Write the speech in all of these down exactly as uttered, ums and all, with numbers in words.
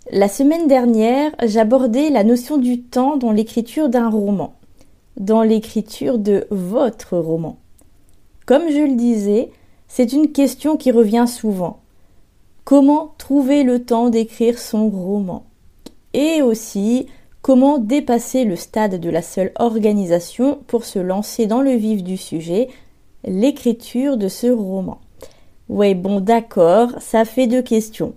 La semaine dernière, j'abordais la notion du temps dans l'écriture d'un roman, dans l'écriture de votre roman. Comme je le disais, c'est une question qui revient souvent. Comment trouver le temps d'écrire son roman? Et aussi, comment dépasser le stade de la seule organisation pour se lancer dans le vif du sujet, l'écriture de ce roman. Ouais, bon d'accord, ça fait deux questions.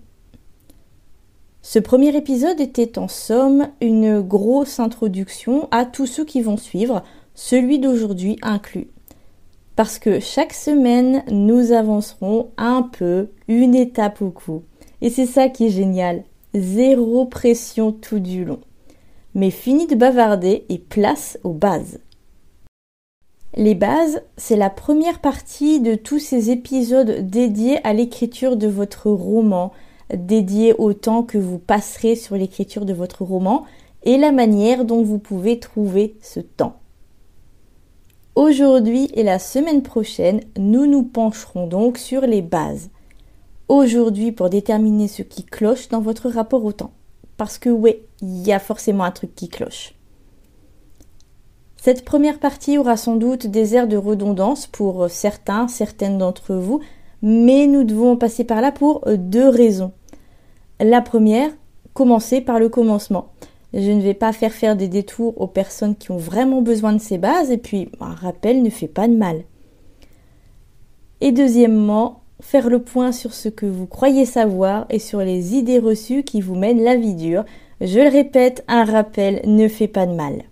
Ce premier épisode était en somme une grosse introduction à tous ceux qui vont suivre, celui d'aujourd'hui inclus. Parce que chaque semaine, nous avancerons un peu, une étape au coup. Et c'est ça qui est génial, zéro pression tout du long. Mais fini de bavarder et place aux bases. Les bases, c'est la première partie de tous ces épisodes dédiés à l'écriture de votre roman, dédié au temps que vous passerez sur l'écriture de votre roman et la manière dont vous pouvez trouver ce temps. Aujourd'hui et la semaine prochaine, nous nous pencherons donc sur les bases. Aujourd'hui pour déterminer ce qui cloche dans votre rapport au temps. Parce que oui, il y a forcément un truc qui cloche. Cette première partie aura sans doute des airs de redondance pour certains, certaines d'entre vous, mais nous devons passer par là pour deux raisons. La première, commencer par le commencement. Je ne vais pas faire faire des détours aux personnes qui ont vraiment besoin de ces bases et puis un rappel ne fait pas de mal. Et deuxièmement, faire le point sur ce que vous croyez savoir et sur les idées reçues qui vous mènent la vie dure. Je le répète, un rappel ne fait pas de mal.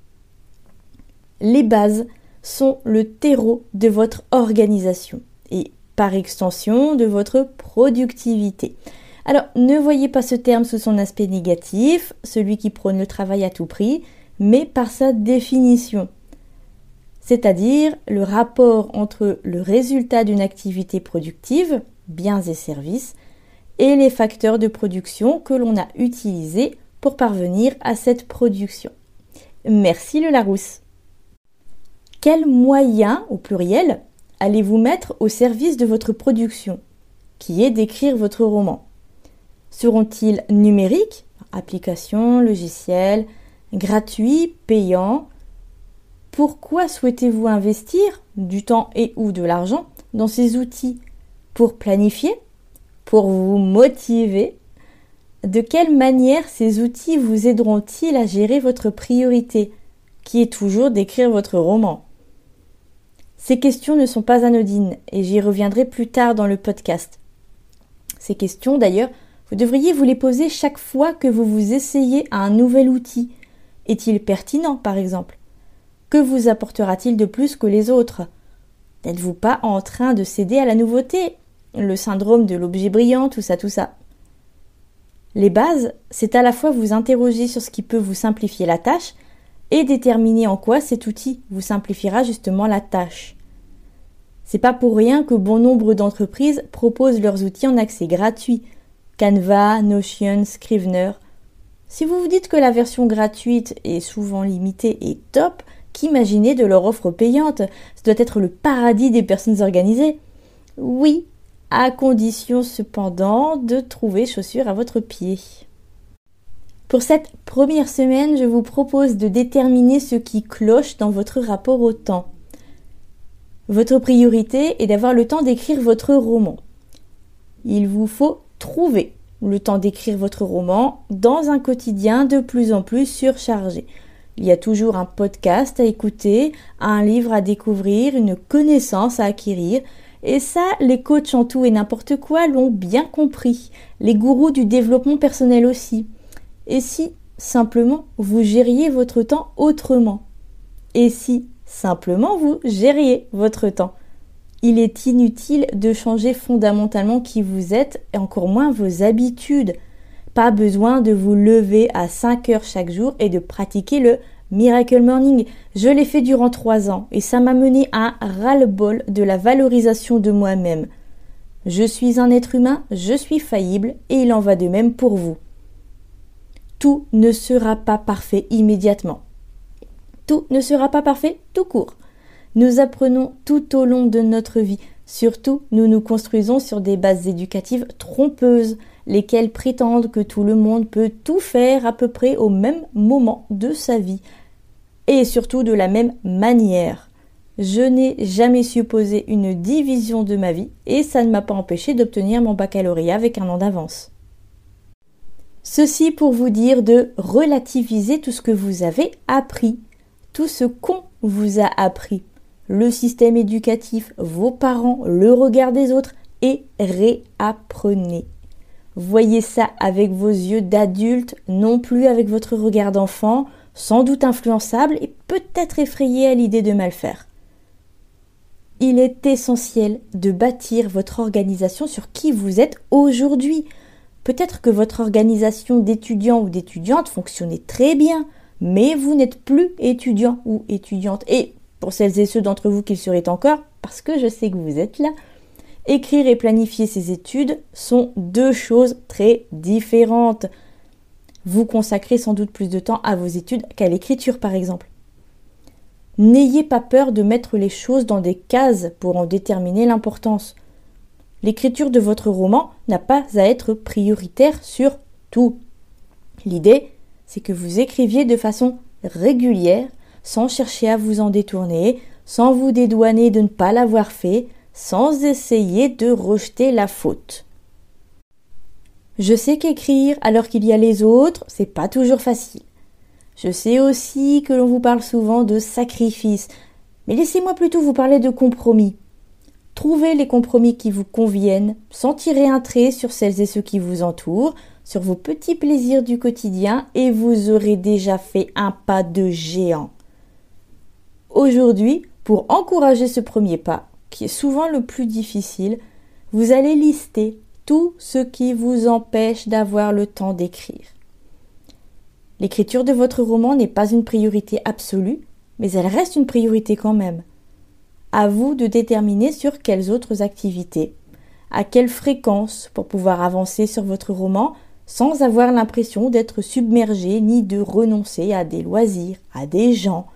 Les bases sont le terreau de votre organisation et par extension de votre productivité. Alors, ne voyez pas ce terme sous son aspect négatif, celui qui prône le travail à tout prix, mais par sa définition. C'est-à-dire le rapport entre le résultat d'une activité productive, biens et services, et les facteurs de production que l'on a utilisés pour parvenir à cette production. Merci le Larousse. Quels moyens, au pluriel, allez-vous mettre au service de votre production, qui est d'écrire votre roman? Seront-ils numériques, applications, logiciels, gratuits, payants? Pourquoi souhaitez-vous investir du temps et ou de l'argent dans ces outils? Pour planifier? Pour vous motiver? De quelle manière ces outils vous aideront-ils à gérer votre priorité, qui est toujours d'écrire votre roman? Ces questions ne sont pas anodines et j'y reviendrai plus tard dans le podcast. Ces questions, d'ailleurs, vous devriez vous les poser chaque fois que vous vous essayez à un nouvel outil. Est-il pertinent, par exemple? Que vous apportera-t-il de plus que les autres? N'êtes-vous pas en train de céder à la nouveauté? Le syndrome de l'objet brillant, tout ça, tout ça. Les bases, c'est à la fois vous interroger sur ce qui peut vous simplifier la tâche et déterminer en quoi cet outil vous simplifiera justement la tâche. C'est pas pour rien que bon nombre d'entreprises proposent leurs outils en accès gratuit. Canva, Notion, Scrivener. Si vous vous dites que la version gratuite est souvent limitée et top, qu'imaginez de leur offre payante? Ce doit être le paradis des personnes organisées. Oui, à condition cependant de trouver chaussures à votre pied. Pour cette première semaine, je vous propose de déterminer ce qui cloche dans votre rapport au temps. Votre priorité est d'avoir le temps d'écrire votre roman. Il vous faut trouver le temps d'écrire votre roman dans un quotidien de plus en plus surchargé. Il y a toujours un podcast à écouter, un livre à découvrir, une connaissance à acquérir. Et ça, les coachs en tout et n'importe quoi l'ont bien compris. Les gourous du développement personnel aussi. Et si, simplement, vous gériez votre temps autrement? Et si, simplement, vous gériez votre temps? Il est inutile de changer fondamentalement qui vous êtes et encore moins vos habitudes. Pas besoin de vous lever à cinq heures chaque jour et de pratiquer le Miracle Morning. Je l'ai fait durant trois ans et ça m'a mené à un ras-le-bol de la valorisation de moi-même. Je suis un être humain, je suis faillible et il en va de même pour vous. Tout ne sera pas parfait immédiatement. Tout ne sera pas parfait tout court. Nous apprenons tout au long de notre vie. Surtout, nous nous construisons sur des bases éducatives trompeuses. lesquels prétendent que tout le monde peut tout faire à peu près au même moment de sa vie, et surtout de la même manière. Je n'ai jamais supposé une division de ma vie, et ça ne m'a pas empêché d'obtenir mon baccalauréat avec un an d'avance. Ceci pour vous dire de relativiser tout ce que vous avez appris, tout ce qu'on vous a appris, le système éducatif, vos parents, le regard des autres, et réapprenez. Voyez ça avec vos yeux d'adulte, non plus avec votre regard d'enfant, sans doute influençable et peut-être effrayé à l'idée de mal faire. Il est essentiel de bâtir votre organisation sur qui vous êtes aujourd'hui. Peut-être que votre organisation d'étudiant ou d'étudiante fonctionnait très bien, mais vous n'êtes plus étudiant ou étudiante. Et pour celles et ceux d'entre vous qui le seraient encore, parce que je sais que vous êtes là, écrire et planifier ses études sont deux choses très différentes. Vous consacrez sans doute plus de temps à vos études qu'à l'écriture, par exemple. N'ayez pas peur de mettre les choses dans des cases pour en déterminer l'importance. L'écriture de votre roman n'a pas à être prioritaire sur tout. L'idée, c'est que vous écriviez de façon régulière, sans chercher à vous en détourner, sans vous dédouaner de ne pas l'avoir fait, sans essayer de rejeter la faute. Je sais qu'écrire alors qu'il y a les autres, c'est pas toujours facile. Je sais aussi que l'on vous parle souvent de sacrifice, mais laissez-moi plutôt vous parler de compromis. Trouvez les compromis qui vous conviennent, sans tirer un trait sur celles et ceux qui vous entourent, sur vos petits plaisirs du quotidien, et vous aurez déjà fait un pas de géant. Aujourd'hui, pour encourager ce premier pas, qui est souvent le plus difficile, vous allez lister tout ce qui vous empêche d'avoir le temps d'écrire. L'écriture de votre roman n'est pas une priorité absolue, mais elle reste une priorité quand même. À vous de déterminer sur quelles autres activités, à quelle fréquence pour pouvoir avancer sur votre roman sans avoir l'impression d'être submergé ni de renoncer à des loisirs, à des gens.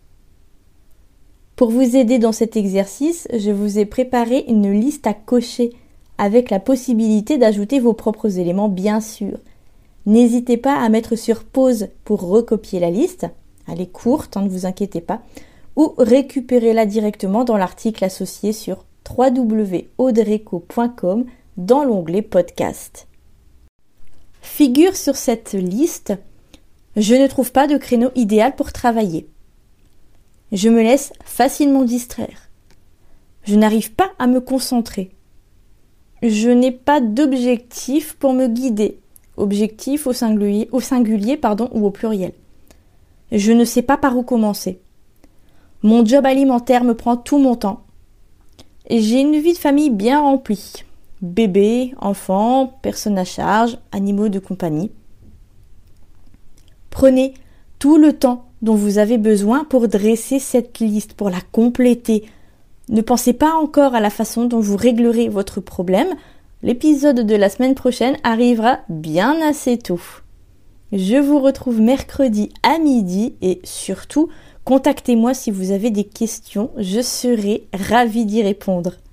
Pour vous aider dans cet exercice, je vous ai préparé une liste à cocher avec la possibilité d'ajouter vos propres éléments, bien sûr. N'hésitez pas à mettre sur pause pour recopier la liste. Elle est courte, hein, ne vous inquiétez pas. Ou récupérez-la directement dans l'article associé sur w w w point audreyco point com dans l'onglet podcast. Figure sur cette liste, je ne trouve pas de créneau idéal pour travailler. Je me laisse facilement distraire. Je n'arrive pas à me concentrer. Je n'ai pas d'objectif pour me guider. Objectif au singulier, au singulier pardon, ou au pluriel. Je ne sais pas par où commencer. Mon job alimentaire me prend tout mon temps. J'ai une vie de famille bien remplie. Bébé, enfants, personnes à charge, animaux de compagnie. Prenez tout le temps dont vous avez besoin pour dresser cette liste, pour la compléter. Ne pensez pas encore à la façon dont vous réglerez votre problème. L'épisode de la semaine prochaine arrivera bien assez tôt. Je vous retrouve mercredi à midi et surtout, contactez-moi si vous avez des questions, je serai ravie d'y répondre.